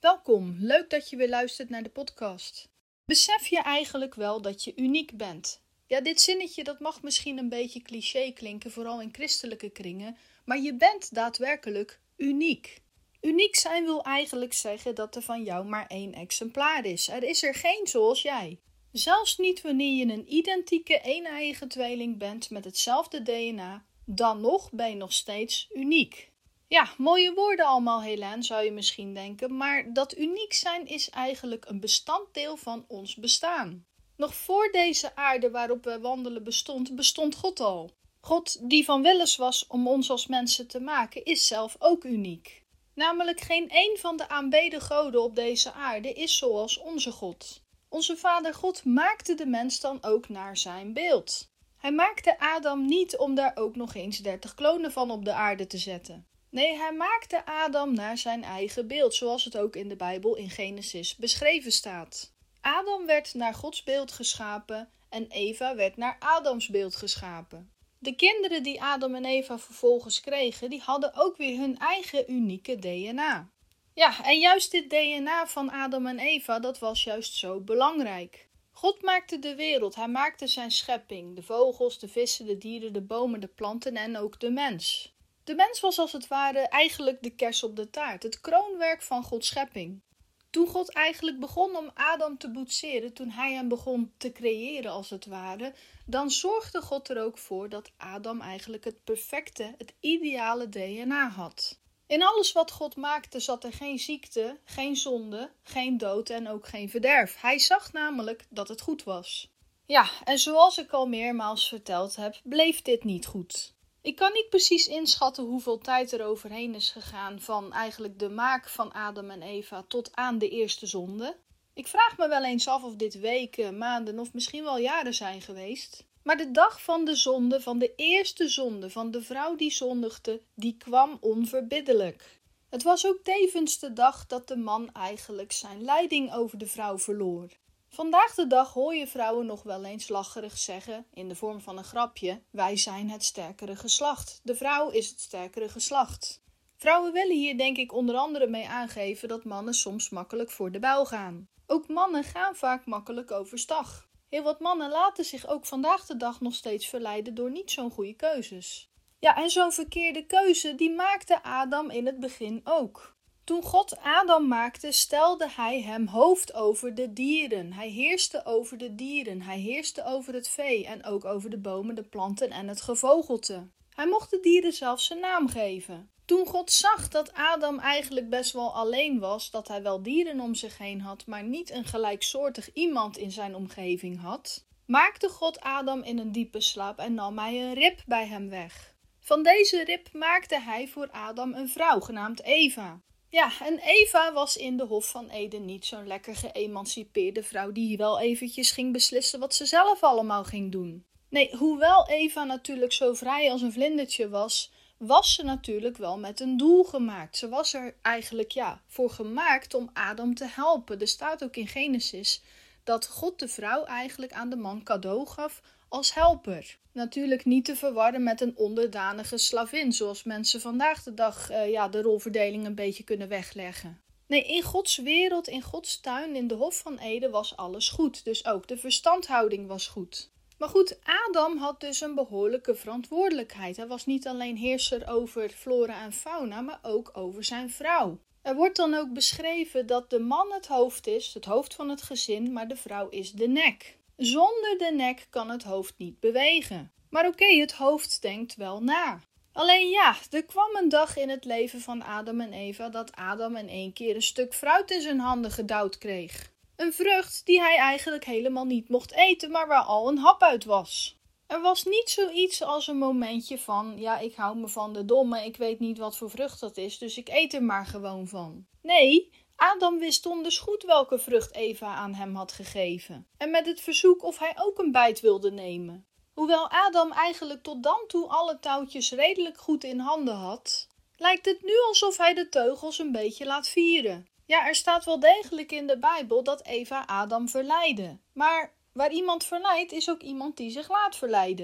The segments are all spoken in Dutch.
Welkom, leuk dat je weer luistert naar de podcast. Besef je eigenlijk wel dat je uniek bent? Ja, dit zinnetje dat mag misschien een beetje cliché klinken, vooral in christelijke kringen, maar je bent daadwerkelijk uniek. Uniek zijn wil eigenlijk zeggen dat er van jou maar één exemplaar is. Er is er geen zoals jij. Zelfs niet wanneer je een identieke een-eigen tweeling bent met hetzelfde DNA, dan nog ben je nog steeds uniek. Ja, mooie woorden allemaal, Helene, zou je misschien denken, maar dat uniek zijn is eigenlijk een bestanddeel van ons bestaan. Nog voor deze aarde waarop we wandelen bestond God al. God die van willens was om ons als mensen te maken, is zelf ook uniek. Namelijk geen één van de aanbeden goden op deze aarde is zoals onze God. Onze Vader God maakte de mens dan ook naar zijn beeld. Hij maakte Adam niet om daar ook nog eens 30 klonen van op de aarde te zetten. Nee, hij maakte Adam naar zijn eigen beeld, zoals het ook in de Bijbel in Genesis beschreven staat. Adam werd naar Gods beeld geschapen en Eva werd naar Adams beeld geschapen. De kinderen die Adam en Eva vervolgens kregen, die hadden ook weer hun eigen unieke DNA. Ja, en juist dit DNA van Adam en Eva, dat was juist zo belangrijk. God maakte de wereld, hij maakte zijn schepping, de vogels, de vissen, de dieren, de bomen, de planten en ook de mens. De mens was als het ware eigenlijk de kers op de taart, het kroonwerk van Gods schepping. Toen God eigenlijk begon om Adam te boetseren, toen hij hem begon te creëren als het ware, dan zorgde God er ook voor dat Adam eigenlijk het perfecte, het ideale DNA had. In alles wat God maakte zat er geen ziekte, geen zonde, geen dood en ook geen verderf. Hij zag namelijk dat het goed was. Ja, en zoals ik al meermaals verteld heb, bleef dit niet goed. Ik kan niet precies inschatten hoeveel tijd er overheen is gegaan van eigenlijk de maak van Adam en Eva tot aan de eerste zonde. Ik vraag me wel eens af of dit weken, maanden of misschien wel jaren zijn geweest. Maar de dag van de zonde, van de eerste zonde, van de vrouw die zondigde, die kwam onverbiddelijk. Het was ook tevens de dag dat de man eigenlijk zijn leiding over de vrouw verloor. Vandaag de dag hoor je vrouwen nog wel eens lacherig zeggen, in de vorm van een grapje, wij zijn het sterkere geslacht. De vrouw is het sterkere geslacht. Vrouwen willen hier denk ik onder andere mee aangeven dat mannen soms makkelijk voor de bijl gaan. Ook mannen gaan vaak makkelijk overstag. Heel wat mannen laten zich ook vandaag de dag nog steeds verleiden door niet zo'n goede keuzes. Ja, en zo'n verkeerde keuze, die maakte Adam in het begin ook. Toen God Adam maakte, stelde hij hem hoofd over de dieren. Hij heerste over de dieren, hij heerste over het vee en ook over de bomen, de planten en het gevogelte. Hij mocht de dieren zelfs zijn naam geven. Toen God zag dat Adam eigenlijk best wel alleen was, dat hij wel dieren om zich heen had, maar niet een gelijksoortig iemand in zijn omgeving had, maakte God Adam in een diepe slaap en nam hij een rib bij hem weg. Van deze rib maakte hij voor Adam een vrouw, genaamd Eva. Ja, en Eva was in de Hof van Eden niet zo'n lekker geëmancipeerde vrouw die wel eventjes ging beslissen wat ze zelf allemaal ging doen. Nee, hoewel Eva natuurlijk zo vrij als een vlindertje was, was ze natuurlijk wel met een doel gemaakt. Ze was er eigenlijk voor gemaakt om Adam te helpen. Er staat ook in Genesis dat God de vrouw eigenlijk aan de man cadeau gaf als helper. Natuurlijk niet te verwarren met een onderdanige slavin, zoals mensen vandaag de dag de rolverdeling een beetje kunnen wegleggen. Nee, in Gods wereld, in Gods tuin, in de Hof van Eden was alles goed. Dus ook de verstandhouding was goed. Maar goed, Adam had dus een behoorlijke verantwoordelijkheid. Hij was niet alleen heerser over flora en fauna, maar ook over zijn vrouw. Er wordt dan ook beschreven dat de man het hoofd is, het hoofd van het gezin, maar de vrouw is de nek. Zonder de nek kan het hoofd niet bewegen. Maar oké, het hoofd denkt wel na. Alleen er kwam een dag in het leven van Adam en Eva dat Adam in één keer een stuk fruit in zijn handen gedouwd kreeg. Een vrucht die hij eigenlijk helemaal niet mocht eten, maar waar al een hap uit was. Er was niet zoiets als een momentje van, ik hou me van de domme, ik weet niet wat voor vrucht dat is, dus ik eet er maar gewoon van. Nee, Adam wist donders goed welke vrucht Eva aan hem had gegeven. En met het verzoek of hij ook een bijt wilde nemen. Hoewel Adam eigenlijk tot dan toe alle touwtjes redelijk goed in handen had, lijkt het nu alsof hij de teugels een beetje laat vieren. Ja, er staat wel degelijk in de Bijbel dat Eva Adam verleidde. Maar waar iemand verleidt is ook iemand die zich laat verleiden.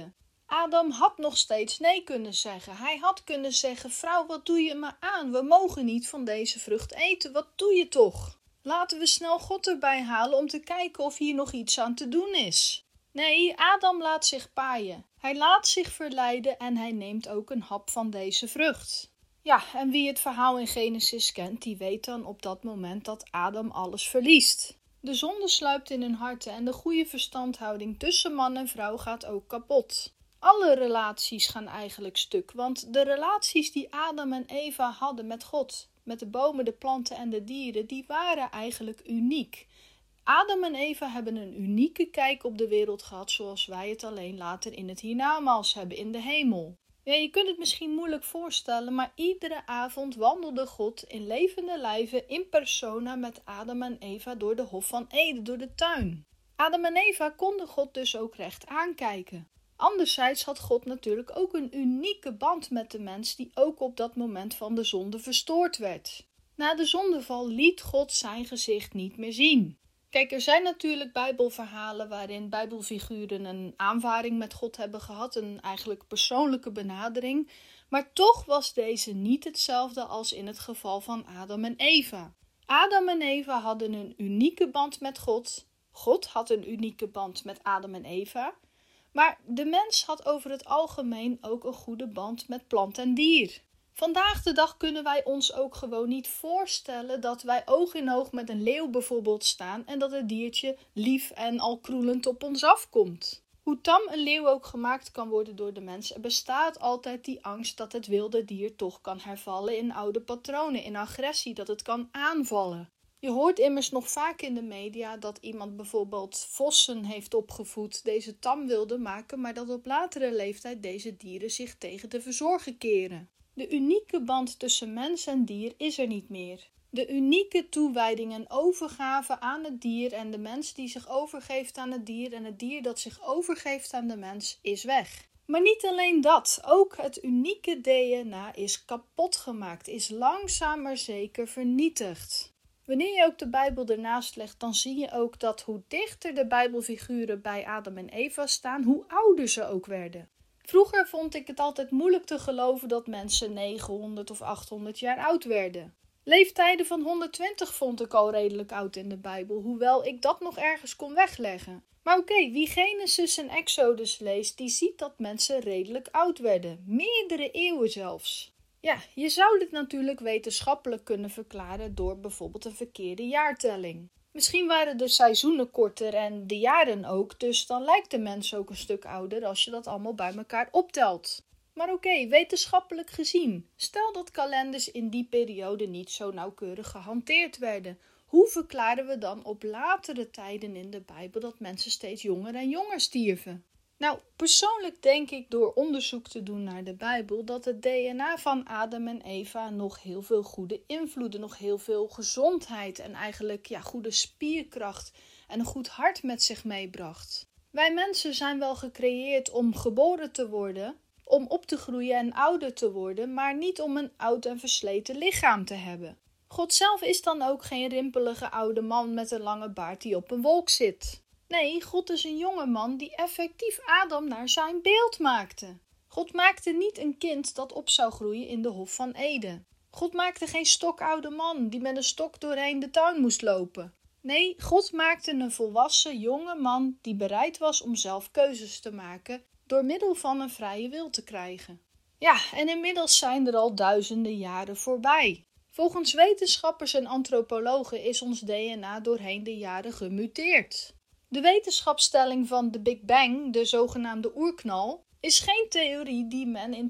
Adam had nog steeds nee kunnen zeggen. Hij had kunnen zeggen: vrouw, wat doe je me aan? We mogen niet van deze vrucht eten. Wat doe je toch? Laten we snel God erbij halen om te kijken of hier nog iets aan te doen is. Nee, Adam laat zich paaien. Hij laat zich verleiden en hij neemt ook een hap van deze vrucht. Ja, en wie het verhaal in Genesis kent, die weet dan op dat moment dat Adam alles verliest. De zonde sluipt in hun harten en de goede verstandhouding tussen man en vrouw gaat ook kapot. Alle relaties gaan eigenlijk stuk, want de relaties die Adam en Eva hadden met God, met de bomen, de planten en de dieren, die waren eigenlijk uniek. Adam en Eva hebben een unieke kijk op de wereld gehad, zoals wij het alleen later in het hiernamaals hebben in de hemel. Ja, je kunt het misschien moeilijk voorstellen, maar iedere avond wandelde God in levende lijven in persona met Adam en Eva door de Hof van Eden, door de tuin. Adam en Eva konden God dus ook recht aankijken. Anderzijds had God natuurlijk ook een unieke band met de mens die ook op dat moment van de zonde verstoord werd. Na de zondeval liet God zijn gezicht niet meer zien. Kijk, er zijn natuurlijk bijbelverhalen waarin bijbelfiguren een aanvaring met God hebben gehad, een eigenlijk persoonlijke benadering, maar toch was deze niet hetzelfde als in het geval van Adam en Eva. Adam en Eva hadden een unieke band met God, God had een unieke band met Adam en Eva, maar de mens had over het algemeen ook een goede band met plant en dier. Vandaag de dag kunnen wij ons ook gewoon niet voorstellen dat wij oog in oog met een leeuw bijvoorbeeld staan en dat het diertje lief en al kroelend op ons afkomt. Hoe tam een leeuw ook gemaakt kan worden door de mens, er bestaat altijd die angst dat het wilde dier toch kan hervallen in oude patronen, in agressie, dat het kan aanvallen. Je hoort immers nog vaak in de media dat iemand bijvoorbeeld vossen heeft opgevoed, deze tam wilde maken, maar dat op latere leeftijd deze dieren zich tegen de verzorger keren. De unieke band tussen mens en dier is er niet meer. De unieke toewijding en overgave aan het dier en de mens die zich overgeeft aan het dier en het dier dat zich overgeeft aan de mens is weg. Maar niet alleen dat, ook het unieke DNA is kapot gemaakt, is langzaam maar zeker vernietigd. Wanneer je ook de Bijbel ernaast legt, dan zie je ook dat hoe dichter de Bijbelfiguren bij Adam en Eva staan, hoe ouder ze ook werden. Vroeger vond ik het altijd moeilijk te geloven dat mensen 900 of 800 jaar oud werden. Leeftijden van 120 vond ik al redelijk oud in de Bijbel, hoewel ik dat nog ergens kon wegleggen. Maar oké, wie Genesis en Exodus leest, die ziet dat mensen redelijk oud werden. Meerdere eeuwen zelfs. Ja, je zou dit natuurlijk wetenschappelijk kunnen verklaren door bijvoorbeeld een verkeerde jaartelling. Misschien waren de seizoenen korter en de jaren ook, dus dan lijkt de mens ook een stuk ouder als je dat allemaal bij elkaar optelt. Maar oké, wetenschappelijk gezien, stel dat kalenders in die periode niet zo nauwkeurig gehanteerd werden. Hoe verklaren we dan op latere tijden in de Bijbel dat mensen steeds jonger en jonger stierven? Nou, persoonlijk denk ik door onderzoek te doen naar de Bijbel dat het DNA van Adam en Eva nog heel veel goede invloeden, nog heel veel gezondheid en eigenlijk goede spierkracht en een goed hart met zich meebracht. Wij mensen zijn wel gecreëerd om geboren te worden, om op te groeien en ouder te worden, maar niet om een oud en versleten lichaam te hebben. God zelf is dan ook geen rimpelige oude man met een lange baard die op een wolk zit. Nee, God is een jonge man die effectief Adam naar zijn beeld maakte. God maakte niet een kind dat op zou groeien in de Hof van Eden. God maakte geen stokoude man die met een stok doorheen de tuin moest lopen. Nee, God maakte een volwassen jonge man die bereid was om zelf keuzes te maken door middel van een vrije wil te krijgen. Ja, en inmiddels zijn er al duizenden jaren voorbij. Volgens wetenschappers en antropologen is ons DNA doorheen de jaren gemuteerd. De wetenschapsstelling van de Big Bang, de zogenaamde oerknal, is geen theorie die men in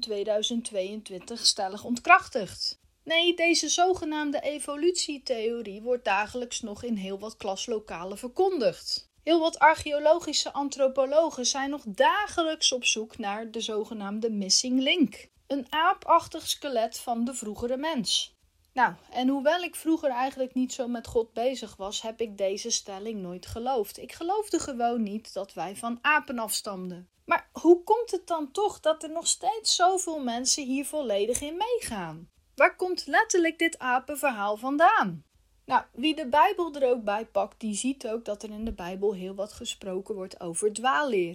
2022 stellig ontkrachtigt. Nee, deze zogenaamde evolutietheorie wordt dagelijks nog in heel wat klaslokalen verkondigd. Heel wat archeologische antropologen zijn nog dagelijks op zoek naar de zogenaamde missing link. Een aapachtig skelet van de vroegere mens. Nou, en hoewel ik vroeger eigenlijk niet zo met God bezig was, heb ik deze stelling nooit geloofd. Ik geloofde gewoon niet dat wij van apen afstamden. Maar hoe komt het dan toch dat er nog steeds zoveel mensen hier volledig in meegaan? Waar komt letterlijk dit apenverhaal vandaan? Nou, wie de Bijbel er ook bij pakt, die ziet ook dat er in de Bijbel heel wat gesproken wordt over dwaalleer.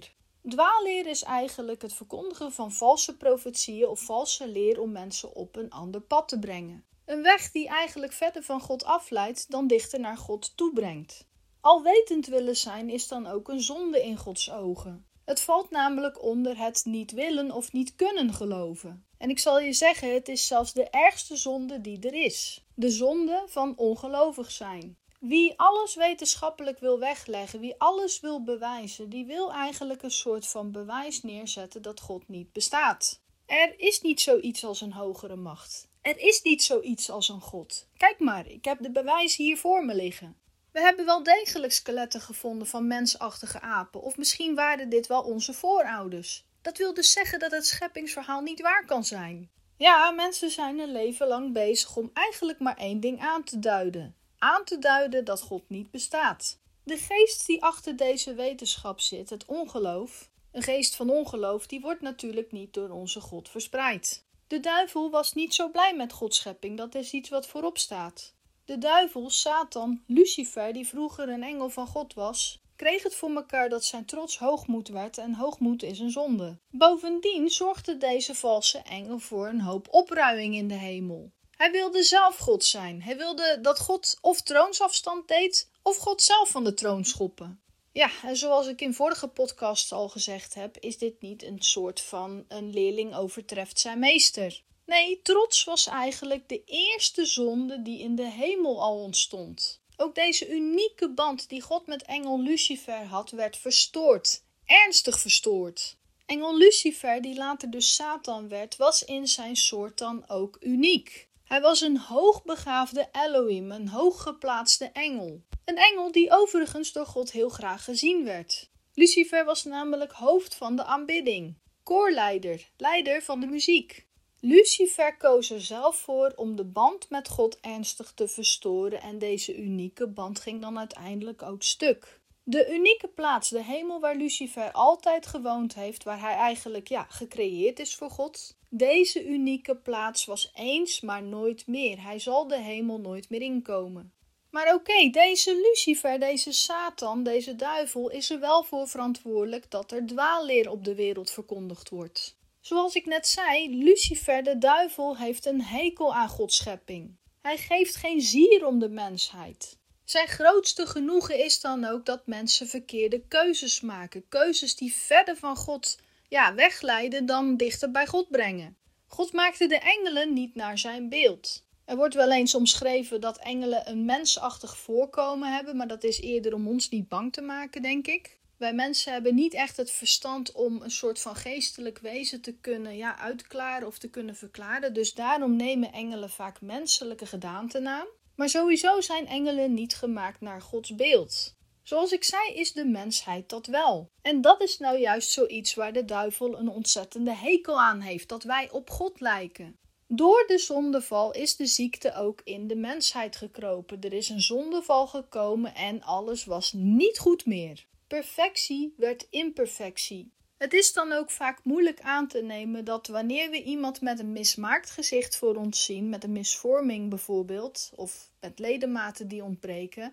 Dwaalleer is eigenlijk het verkondigen van valse profetieën of valse leer om mensen op een ander pad te brengen. Een weg die eigenlijk verder van God afleidt dan dichter naar God toebrengt. Alwetend willen zijn is dan ook een zonde in Gods ogen. Het valt namelijk onder het niet willen of niet kunnen geloven. En ik zal je zeggen, het is zelfs de ergste zonde die er is. De zonde van ongelovig zijn. Wie alles wetenschappelijk wil wegleggen, wie alles wil bewijzen, die wil eigenlijk een soort van bewijs neerzetten dat God niet bestaat. Er is niet zoiets als een hogere macht. Er is niet zoiets als een God. Kijk maar, ik heb de bewijzen hier voor me liggen. We hebben wel degelijk skeletten gevonden van mensachtige apen, of misschien waren dit wel onze voorouders. Dat wil dus zeggen dat het scheppingsverhaal niet waar kan zijn. Ja, mensen zijn een leven lang bezig om eigenlijk maar één ding aan te duiden. Aan te duiden dat God niet bestaat. De geest die achter deze wetenschap zit, het ongeloof, een geest van ongeloof, die wordt natuurlijk niet door onze God verspreid. De duivel was niet zo blij met Gods schepping, dat is iets wat voorop staat. De duivel, Satan, Lucifer, die vroeger een engel van God was, kreeg het voor elkaar dat zijn trots hoogmoed werd en hoogmoed is een zonde. Bovendien zorgde deze valse engel voor een hoop opruiing in de hemel. Hij wilde zelf God zijn. Hij wilde dat God of troonsafstand deed of God zelf van de troon schoppen. Ja, en zoals ik in vorige podcasts al gezegd heb, is dit niet een soort van een leerling overtreft zijn meester. Nee, trots was eigenlijk de eerste zonde die in de hemel al ontstond. Ook deze unieke band die God met engel Lucifer had, werd verstoord. Ernstig verstoord. Engel Lucifer, die later dus Satan werd, was in zijn soort dan ook uniek. Hij was een hoogbegaafde Elohim, een hooggeplaatste engel. Een engel die overigens door God heel graag gezien werd. Lucifer was namelijk hoofd van de aanbidding, koorleider, leider van de muziek. Lucifer koos er zelf voor om de band met God ernstig te verstoren en deze unieke band ging dan uiteindelijk ook stuk. De unieke plaats, de hemel waar Lucifer altijd gewoond heeft, waar hij eigenlijk gecreëerd is voor God. Deze unieke plaats was eens, maar nooit meer. Hij zal de hemel nooit meer inkomen. Maar oké, deze Lucifer, deze Satan, deze duivel is er wel voor verantwoordelijk dat er dwaalleer op de wereld verkondigd wordt. Zoals ik net zei, Lucifer, de duivel, heeft een hekel aan Gods schepping. Hij geeft geen zier om de mensheid. Zijn grootste genoegen is dan ook dat mensen verkeerde keuzes maken. Keuzes die verder van God wegleiden dan dichter bij God brengen. God maakte de engelen niet naar zijn beeld. Er wordt wel eens omschreven dat engelen een mensachtig voorkomen hebben, maar dat is eerder om ons niet bang te maken, denk ik. Wij mensen hebben niet echt het verstand om een soort van geestelijk wezen te kunnen uitklaren of te kunnen verklaren. Dus daarom nemen engelen vaak menselijke gedaanten aan. Maar sowieso zijn engelen niet gemaakt naar Gods beeld. Zoals ik zei, is de mensheid dat wel. En dat is nou juist zoiets waar de duivel een ontzettende hekel aan heeft, dat wij op God lijken. Door de zondeval is de ziekte ook in de mensheid gekropen. Er is een zondeval gekomen en alles was niet goed meer. Perfectie werd imperfectie. Het is dan ook vaak moeilijk aan te nemen dat wanneer we iemand met een mismaakt gezicht voor ons zien, met een misvorming bijvoorbeeld, of met ledematen die ontbreken,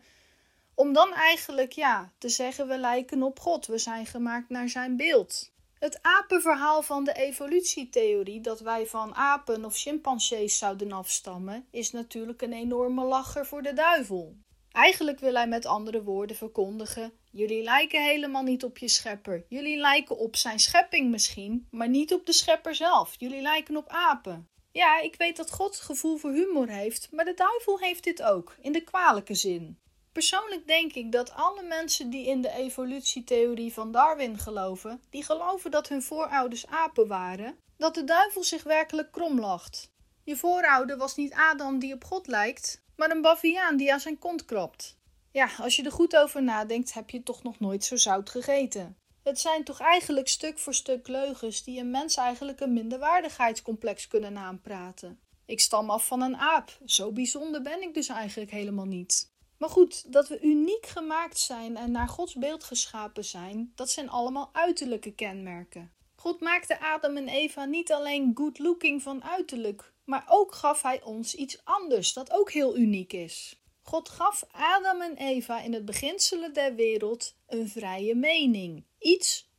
om dan eigenlijk te zeggen we lijken op God, we zijn gemaakt naar zijn beeld. Het apenverhaal van de evolutietheorie, dat wij van apen of chimpansees zouden afstammen, is natuurlijk een enorme lacher voor de duivel. Eigenlijk wil hij met andere woorden verkondigen, jullie lijken helemaal niet op je schepper. Jullie lijken op zijn schepping misschien, maar niet op de schepper zelf. Jullie lijken op apen. Ja, ik weet dat God gevoel voor humor heeft, maar de duivel heeft dit ook, in de kwalijke zin. Persoonlijk denk ik dat alle mensen die in de evolutietheorie van Darwin geloven, die geloven dat hun voorouders apen waren, dat de duivel zich werkelijk krom lacht. Je voorouder was niet Adam die op God lijkt, maar een baviaan die aan zijn kont krabt. Ja, als je er goed over nadenkt, heb je toch nog nooit zo zout gegeten. Het zijn toch eigenlijk stuk voor stuk leugens die een mens eigenlijk een minderwaardigheidscomplex kunnen aanpraten. Ik stam af van een aap, zo bijzonder ben ik dus eigenlijk helemaal niet. Maar goed, dat we uniek gemaakt zijn en naar Gods beeld geschapen zijn, dat zijn allemaal uiterlijke kenmerken. God maakte Adam en Eva niet alleen good looking van uiterlijk, maar ook gaf hij ons iets anders, dat ook heel uniek is. God gaf Adam en Eva in het beginselen der wereld een vrije mening. Iets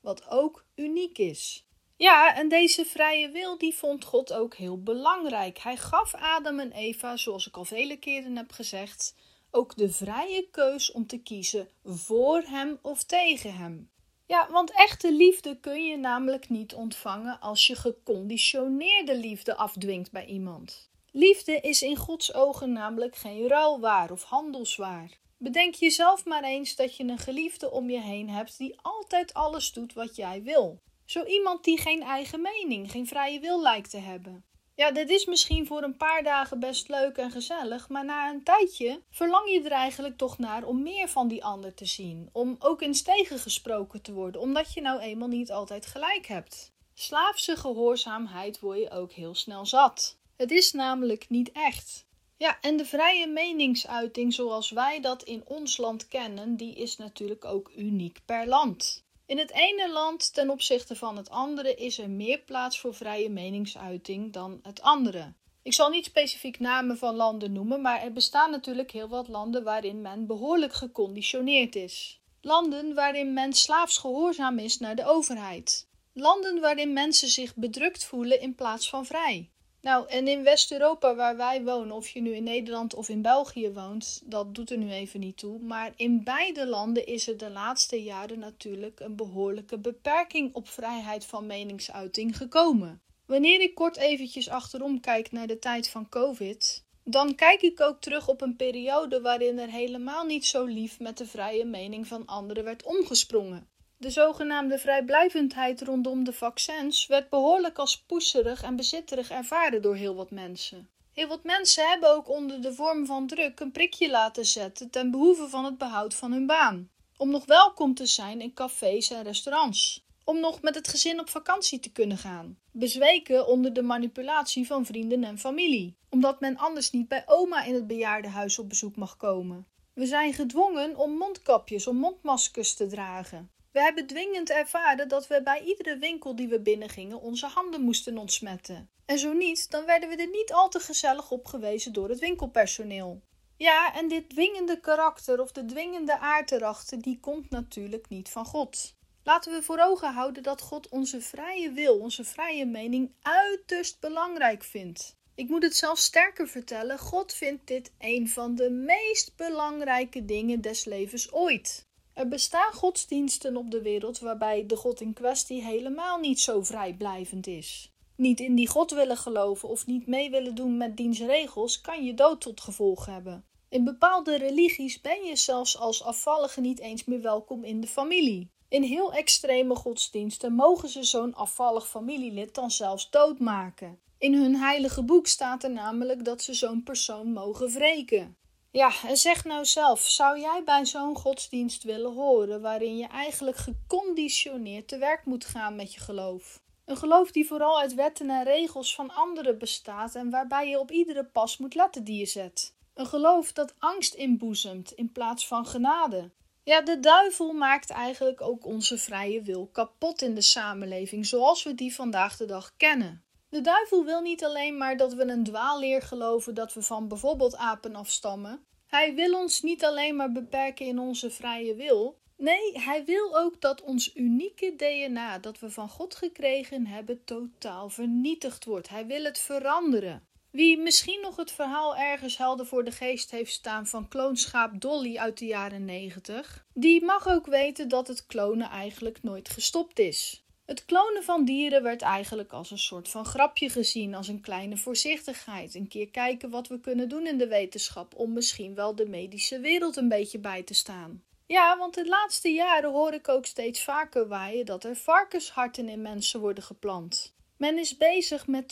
wat ook uniek is. Ja, en deze vrije wil die vond God ook heel belangrijk. Hij gaf Adam en Eva, zoals ik al vele keren heb gezegd, ook de vrije keus om te kiezen voor hem of tegen hem. Ja, want echte liefde kun je namelijk niet ontvangen als je geconditioneerde liefde afdwingt bij iemand. Liefde is in Gods ogen namelijk geen ruilwaar of handelswaar. Bedenk jezelf maar eens dat je een geliefde om je heen hebt die altijd alles doet wat jij wil. Zo iemand die geen eigen mening, geen vrije wil lijkt te hebben. Ja, dit is misschien voor een paar dagen best leuk en gezellig, maar na een tijdje verlang je er eigenlijk toch naar om meer van die ander te zien. Om ook eens tegengesproken te worden, omdat je nou eenmaal niet altijd gelijk hebt. Slaafse gehoorzaamheid word je ook heel snel zat. Het is namelijk niet echt. Ja, en de vrije meningsuiting zoals wij dat in ons land kennen, die is natuurlijk ook uniek per land. In het ene land ten opzichte van het andere is er meer plaats voor vrije meningsuiting dan het andere. Ik zal niet specifiek namen van landen noemen, maar er bestaan natuurlijk heel wat landen waarin men behoorlijk geconditioneerd is. Landen waarin men slaafs gehoorzaam is naar de overheid. Landen waarin mensen zich bedrukt voelen in plaats van vrij. Nou, en in West-Europa waar wij wonen, of je nu in Nederland of in België woont, dat doet er nu even niet toe. Maar in beide landen is er de laatste jaren natuurlijk een behoorlijke beperking op vrijheid van meningsuiting gekomen. Wanneer ik kort eventjes achterom kijk naar de tijd van COVID, dan kijk ik ook terug op een periode waarin er helemaal niet zo lief met de vrije mening van anderen werd omgesprongen. De zogenaamde vrijblijvendheid rondom de vaccins werd behoorlijk als poeserig en bezitterig ervaren door heel wat mensen. Heel wat mensen hebben ook onder de vorm van druk een prikje laten zetten ten behoeve van het behoud van hun baan. Om nog welkom te zijn in cafés en restaurants. Om nog met het gezin op vakantie te kunnen gaan. Bezweken onder de manipulatie van vrienden en familie. Omdat men anders niet bij oma in het bejaardenhuis op bezoek mag komen. We zijn gedwongen om mondkapjes, om mondmaskers te dragen. We hebben dwingend ervaren dat we bij iedere winkel die we binnengingen onze handen moesten ontsmetten. En zo niet, dan werden we er niet al te gezellig op gewezen door het winkelpersoneel. Ja, en dit dwingende karakter of de dwingende aard erachter, die komt natuurlijk niet van God. Laten we voor ogen houden dat God onze vrije wil, onze vrije mening uiterst belangrijk vindt. Ik moet het zelfs sterker vertellen, God vindt dit een van de meest belangrijke dingen des levens ooit. Er bestaan godsdiensten op de wereld waarbij de God in kwestie helemaal niet zo vrijblijvend is. Niet in die God willen geloven of niet mee willen doen met diens regels kan je dood tot gevolg hebben. In bepaalde religies ben je zelfs als afvallige niet eens meer welkom in de familie. In heel extreme godsdiensten mogen ze zo'n afvallig familielid dan zelfs doodmaken. In hun heilige boek staat er namelijk dat ze zo'n persoon mogen wreken. Ja, en zeg nou zelf, zou jij bij zo'n godsdienst willen horen waarin je eigenlijk geconditioneerd te werk moet gaan met je geloof? Een geloof die vooral uit wetten en regels van anderen bestaat en waarbij je op iedere pas moet letten die je zet. Een geloof dat angst inboezemt in plaats van genade. Ja, de duivel maakt eigenlijk ook onze vrije wil kapot in de samenleving zoals we die vandaag de dag kennen. De duivel wil niet alleen maar dat we een dwaalleer geloven dat we van bijvoorbeeld apen afstammen. Hij wil ons niet alleen maar beperken in onze vrije wil. Nee, hij wil ook dat ons unieke DNA dat we van God gekregen hebben totaal vernietigd wordt. Hij wil het veranderen. Wie misschien nog het verhaal ergens helder voor de geest heeft staan van kloonschaap Dolly uit de jaren 90, die mag ook weten dat het klonen eigenlijk nooit gestopt is. Het klonen van dieren werd eigenlijk als een soort van grapje gezien, als een kleine voorzichtigheid. Een keer kijken wat we kunnen doen in de wetenschap om misschien wel de medische wereld een beetje bij te staan. Ja, want de laatste jaren hoor ik ook steeds vaker waaien dat er varkensharten in mensen worden geplant. Men is bezig met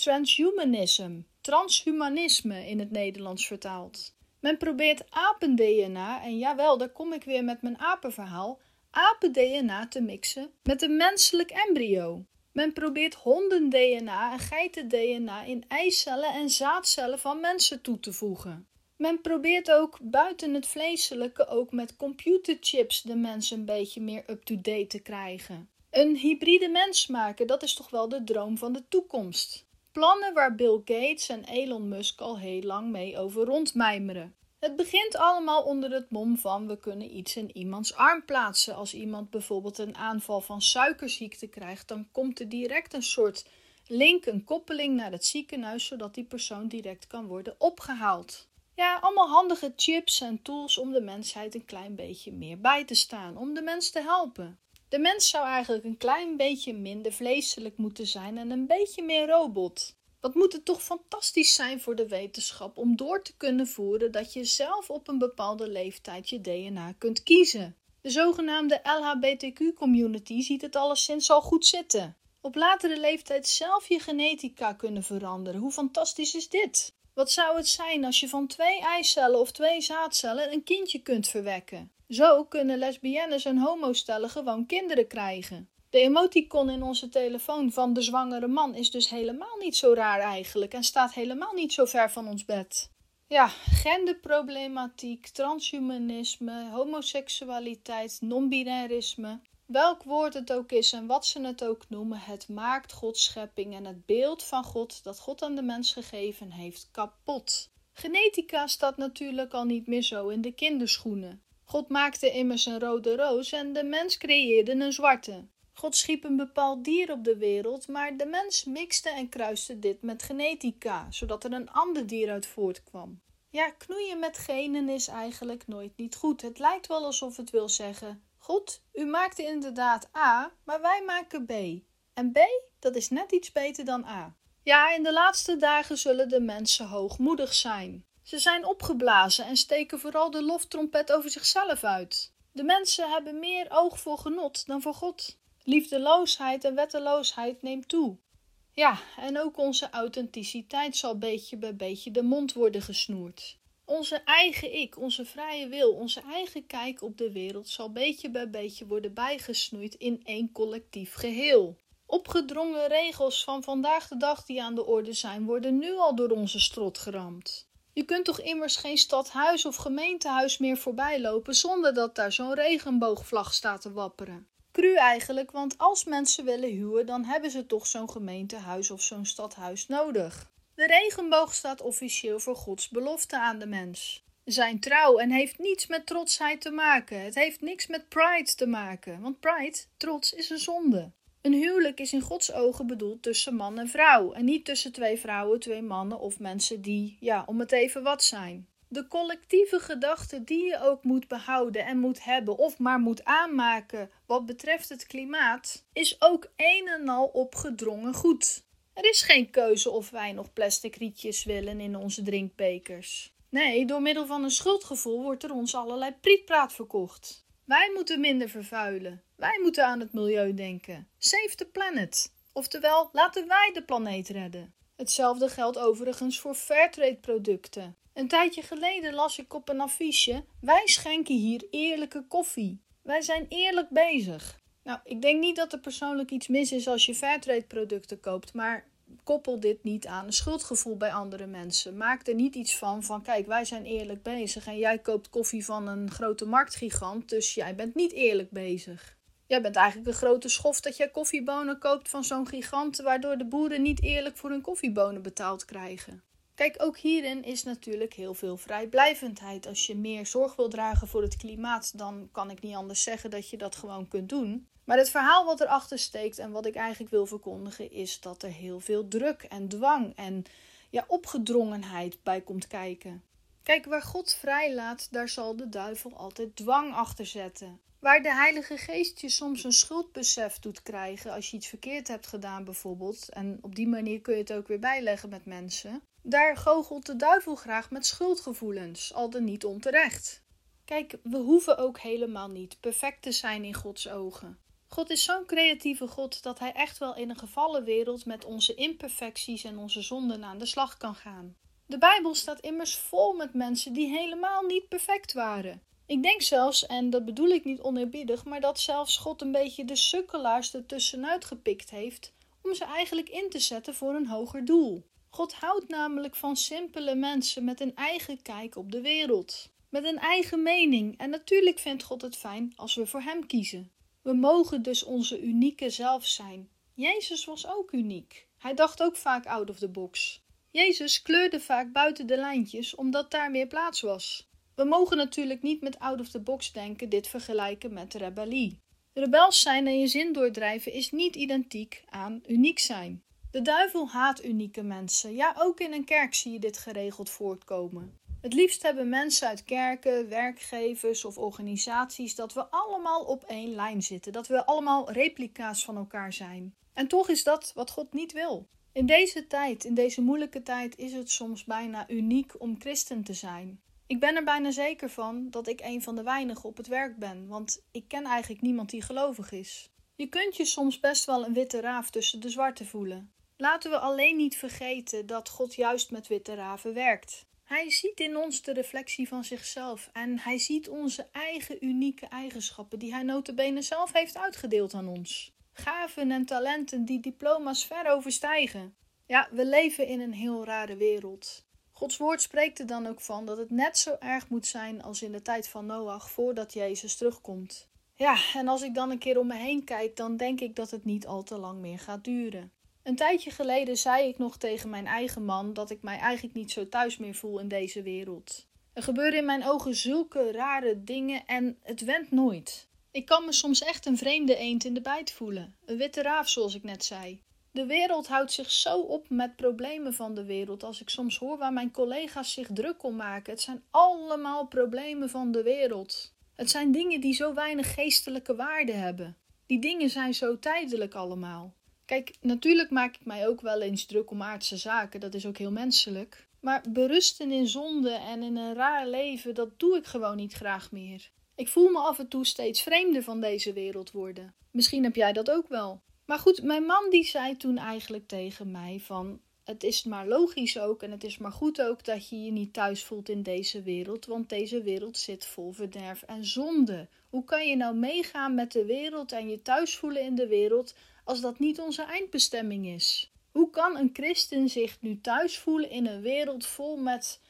transhumanisme in het Nederlands vertaald. Men probeert apen-DNA, en jawel, daar kom ik weer met mijn apenverhaal, apen-DNA te mixen met een menselijk embryo. Men probeert honden-DNA en geiten-DNA in eicellen en zaadcellen van mensen toe te voegen. Men probeert ook buiten het vleeselijke ook met computerchips de mens een beetje meer up-to-date te krijgen. Een hybride mens maken, dat is toch wel de droom van de toekomst. Plannen waar Bill Gates en Elon Musk al heel lang mee over rondmijmeren. Het begint allemaal onder het mom van we kunnen iets in iemands arm plaatsen. Als iemand bijvoorbeeld een aanval van suikerziekte krijgt, dan komt er direct een soort link, een koppeling naar het ziekenhuis, zodat die persoon direct kan worden opgehaald. Ja, allemaal handige chips en tools om de mensheid een klein beetje meer bij te staan, om de mens te helpen. De mens zou eigenlijk een klein beetje minder vleeselijk moeten zijn en een beetje meer robot. Wat moet het toch fantastisch zijn voor de wetenschap om door te kunnen voeren dat je zelf op een bepaalde leeftijd je DNA kunt kiezen. De zogenaamde LHBTQ-community ziet het alleszins al goed zitten. Op latere leeftijd zelf je genetica kunnen veranderen. Hoe fantastisch is dit? Wat zou het zijn als je van 2 eicellen of 2 zaadcellen een kindje kunt verwekken? Zo kunnen lesbiennes en homostellen gewoon kinderen krijgen. De emoticon in onze telefoon van de zwangere man is dus helemaal niet zo raar eigenlijk en staat helemaal niet zo ver van ons bed. Ja, genderproblematiek, transhumanisme, homoseksualiteit, non-binairisme. Welk woord het ook is en wat ze het ook noemen, het maakt Gods schepping en het beeld van God dat God aan de mens gegeven heeft kapot. Genetica staat natuurlijk al niet meer zo in de kinderschoenen. God maakte immers een rode roos en de mens creëerde een zwarte. God schiep een bepaald dier op de wereld, maar de mens mixte en kruiste dit met genetica, zodat er een ander dier uit voortkwam. Ja, knoeien met genen is eigenlijk nooit niet goed. Het lijkt wel alsof het wil zeggen: God, u maakte inderdaad A, maar wij maken B. En B, dat is net iets beter dan A. Ja, in de laatste dagen zullen de mensen hoogmoedig zijn. Ze zijn opgeblazen en steken vooral de loftrompet over zichzelf uit. De mensen hebben meer oog voor genot dan voor God. Liefdeloosheid en wetteloosheid neemt toe. Ja, en ook onze authenticiteit zal beetje bij beetje de mond worden gesnoerd. Onze eigen ik, onze vrije wil, onze eigen kijk op de wereld zal beetje bij beetje worden bijgesnoeid in één collectief geheel. Opgedrongen regels van vandaag de dag die aan de orde zijn, worden nu al door onze strot geramd. Je kunt toch immers geen stadhuis of gemeentehuis meer voorbij lopen zonder dat daar zo'n regenboogvlag staat te wapperen. Cru eigenlijk, want als mensen willen huwen, dan hebben ze toch zo'n gemeentehuis of zo'n stadhuis nodig. De regenboog staat officieel voor Gods belofte aan de mens. Zijn trouw en heeft niets met trotsheid te maken. Het heeft niks met pride te maken, want pride, trots, is een zonde. Een huwelijk is in Gods ogen bedoeld tussen man en vrouw en niet tussen 2 vrouwen, 2 mannen of mensen die, om het even wat zijn. De collectieve gedachte die je ook moet behouden en moet hebben of maar moet aanmaken wat betreft het klimaat, is ook een en al opgedrongen goed. Er is geen keuze of wij nog plastic rietjes willen in onze drinkbekers. Nee, door middel van een schuldgevoel wordt er ons allerlei prietpraat verkocht. Wij moeten minder vervuilen. Wij moeten aan het milieu denken. Save the planet. Oftewel, laten wij de planeet redden. Hetzelfde geldt overigens voor Fairtrade producten. Een tijdje geleden las ik op een affiche: wij schenken hier eerlijke koffie. Wij zijn eerlijk bezig. Nou, ik denk niet dat er persoonlijk iets mis is als je Fairtrade producten koopt, maar koppel dit niet aan een schuldgevoel bij andere mensen. Maak er niet iets van kijk, wij zijn eerlijk bezig en jij koopt koffie van een grote marktgigant, dus jij bent niet eerlijk bezig. Jij bent eigenlijk een grote schof dat jij koffiebonen koopt van zo'n gigant, waardoor de boeren niet eerlijk voor hun koffiebonen betaald krijgen. Kijk, ook hierin is natuurlijk heel veel vrijblijvendheid. Als je meer zorg wil dragen voor het klimaat, dan kan ik niet anders zeggen dat je dat gewoon kunt doen. Maar het verhaal wat erachter steekt en wat ik eigenlijk wil verkondigen is dat er heel veel druk en dwang en opgedrongenheid bij komt kijken. Kijk, waar God vrijlaat, daar zal de duivel altijd dwang achter zetten. Waar de Heilige Geest je soms een schuldbesef doet krijgen als je iets verkeerd hebt gedaan bijvoorbeeld, en op die manier kun je het ook weer bijleggen met mensen, daar goochelt de duivel graag met schuldgevoelens, al dan niet onterecht. Kijk, we hoeven ook helemaal niet perfect te zijn in Gods ogen. God is zo'n creatieve God dat hij echt wel in een gevallen wereld met onze imperfecties en onze zonden aan de slag kan gaan. De Bijbel staat immers vol met mensen die helemaal niet perfect waren. Ik denk zelfs, en dat bedoel ik niet oneerbiedig, maar dat zelfs God een beetje de sukkelaars ertussenuit gepikt heeft om ze eigenlijk in te zetten voor een hoger doel. God houdt namelijk van simpele mensen met een eigen kijk op de wereld. Met een eigen mening. En natuurlijk vindt God het fijn als we voor hem kiezen. We mogen dus onze unieke zelf zijn. Jezus was ook uniek. Hij dacht ook vaak out of the box. Jezus kleurde vaak buiten de lijntjes omdat daar meer plaats was. We mogen natuurlijk niet met out of the box denken, dit vergelijken met rebellie. Rebels zijn en je zin doordrijven is niet identiek aan uniek zijn. De duivel haat unieke mensen. Ja, ook in een kerk zie je dit geregeld voortkomen. Het liefst hebben mensen uit kerken, werkgevers of organisaties dat we allemaal op één lijn zitten. Dat we allemaal replica's van elkaar zijn. En toch is dat wat God niet wil. In deze tijd, in deze moeilijke tijd, is het soms bijna uniek om christen te zijn. Ik ben er bijna zeker van dat ik een van de weinigen op het werk ben, want ik ken eigenlijk niemand die gelovig is. Je kunt je soms best wel een witte raaf tussen de zwarte voelen. Laten we alleen niet vergeten dat God juist met witte raven werkt. Hij ziet in ons de reflectie van zichzelf en hij ziet onze eigen unieke eigenschappen die hij nota bene zelf heeft uitgedeeld aan ons. Gaven en talenten die diploma's ver overstijgen. Ja, we leven in een heel rare wereld. Gods woord spreekt er dan ook van dat het net zo erg moet zijn als in de tijd van Noach voordat Jezus terugkomt. Ja, en als ik dan een keer om me heen kijk, dan denk ik dat het niet al te lang meer gaat duren. Een tijdje geleden zei ik nog tegen mijn eigen man dat ik mij eigenlijk niet zo thuis meer voel in deze wereld. Er gebeuren in mijn ogen zulke rare dingen en het went nooit. Ik kan me soms echt een vreemde eend in de bijt voelen. Een witte raaf zoals ik net zei. De wereld houdt zich zo op met problemen van de wereld. Als ik soms hoor waar mijn collega's zich druk om maken. Het zijn allemaal problemen van de wereld. Het zijn dingen die zo weinig geestelijke waarde hebben. Die dingen zijn zo tijdelijk allemaal. Kijk, natuurlijk maak ik mij ook wel eens druk om aardse zaken. Dat is ook heel menselijk. Maar berusten in zonde en in een raar leven, dat doe ik gewoon niet graag meer. Ik voel me af en toe steeds vreemder van deze wereld worden. Misschien heb jij dat ook wel. Maar goed, mijn man die zei toen eigenlijk tegen mij van... Het is maar logisch ook en het is maar goed ook dat je je niet thuis voelt in deze wereld. Want deze wereld zit vol verderf en zonde. Hoe kan je nou meegaan met de wereld en je thuis voelen in de wereld als dat niet onze eindbestemming is? Hoe kan een christen zich nu thuis voelen in een wereld vol met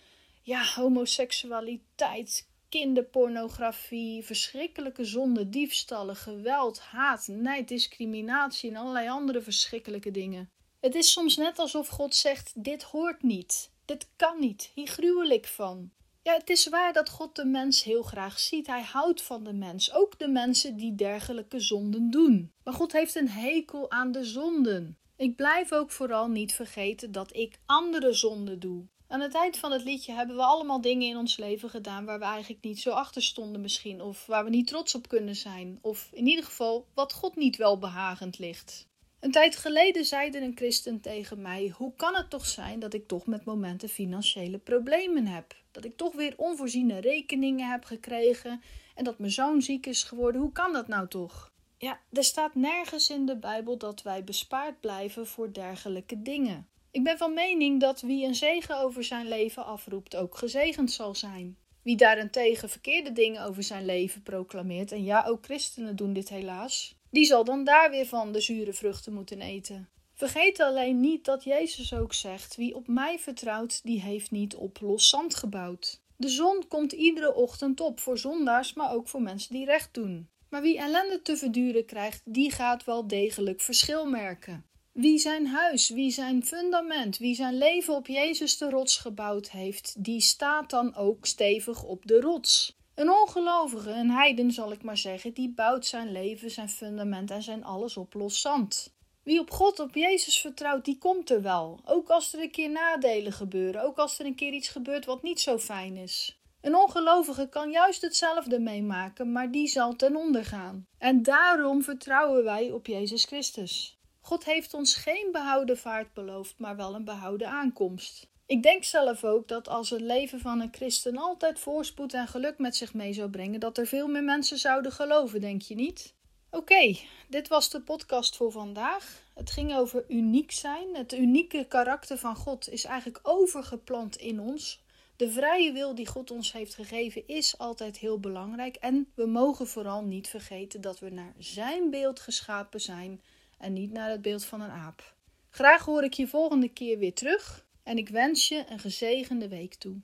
homoseksualiteit, kinderpornografie, verschrikkelijke zonden, diefstallen, geweld, haat, nijd, discriminatie en allerlei andere verschrikkelijke dingen? Het is soms net alsof God zegt, dit hoort niet, dit kan niet, hier gruwel ik van. Ja, het is waar dat God de mens heel graag ziet. Hij houdt van de mens, ook de mensen die dergelijke zonden doen. Maar God heeft een hekel aan de zonden. Ik blijf ook vooral niet vergeten dat ik andere zonden doe. Aan het eind van het liedje hebben we allemaal dingen in ons leven gedaan waar we eigenlijk niet zo achter stonden misschien. Of waar we niet trots op kunnen zijn. Of in ieder geval wat God niet welbehagend ligt. Een tijd geleden zei er een christen tegen mij, hoe kan het toch zijn dat ik toch met momenten financiële problemen heb? Dat ik toch weer onvoorziene rekeningen heb gekregen en dat mijn zoon ziek is geworden. Hoe kan dat nou toch? Ja, er staat nergens in de Bijbel dat wij bespaard blijven voor dergelijke dingen. Ik ben van mening dat wie een zegen over zijn leven afroept ook gezegend zal zijn. Wie daarentegen verkeerde dingen over zijn leven proclameert, en ja, ook christenen doen dit helaas, die zal dan daar weer van de zure vruchten moeten eten. Vergeet alleen niet dat Jezus ook zegt, wie op mij vertrouwt, die heeft niet op los zand gebouwd. De zon komt iedere ochtend op, voor zondaars, maar ook voor mensen die recht doen. Maar wie ellende te verduren krijgt, die gaat wel degelijk verschil merken. Wie zijn huis, wie zijn fundament, wie zijn leven op Jezus de rots gebouwd heeft, die staat dan ook stevig op de rots. Een ongelovige, een heiden zal ik maar zeggen, die bouwt zijn leven, zijn fundament en zijn alles op los zand. Wie op God, op Jezus vertrouwt, die komt er wel. Ook als er een keer nadelen gebeuren, ook als er een keer iets gebeurt wat niet zo fijn is. Een ongelovige kan juist hetzelfde meemaken, maar die zal ten onder gaan. En daarom vertrouwen wij op Jezus Christus. God heeft ons geen behouden vaart beloofd, maar wel een behouden aankomst. Ik denk zelf ook dat als het leven van een christen altijd voorspoed en geluk met zich mee zou brengen, dat er veel meer mensen zouden geloven, denk je niet? Oké, dit was de podcast voor vandaag. Het ging over uniek zijn. Het unieke karakter van God is eigenlijk overgeplant in ons. De vrije wil die God ons heeft gegeven is altijd heel belangrijk. En we mogen vooral niet vergeten dat we naar zijn beeld geschapen zijn en niet naar het beeld van een aap. Graag hoor ik je volgende keer weer terug en ik wens je een gezegende week toe.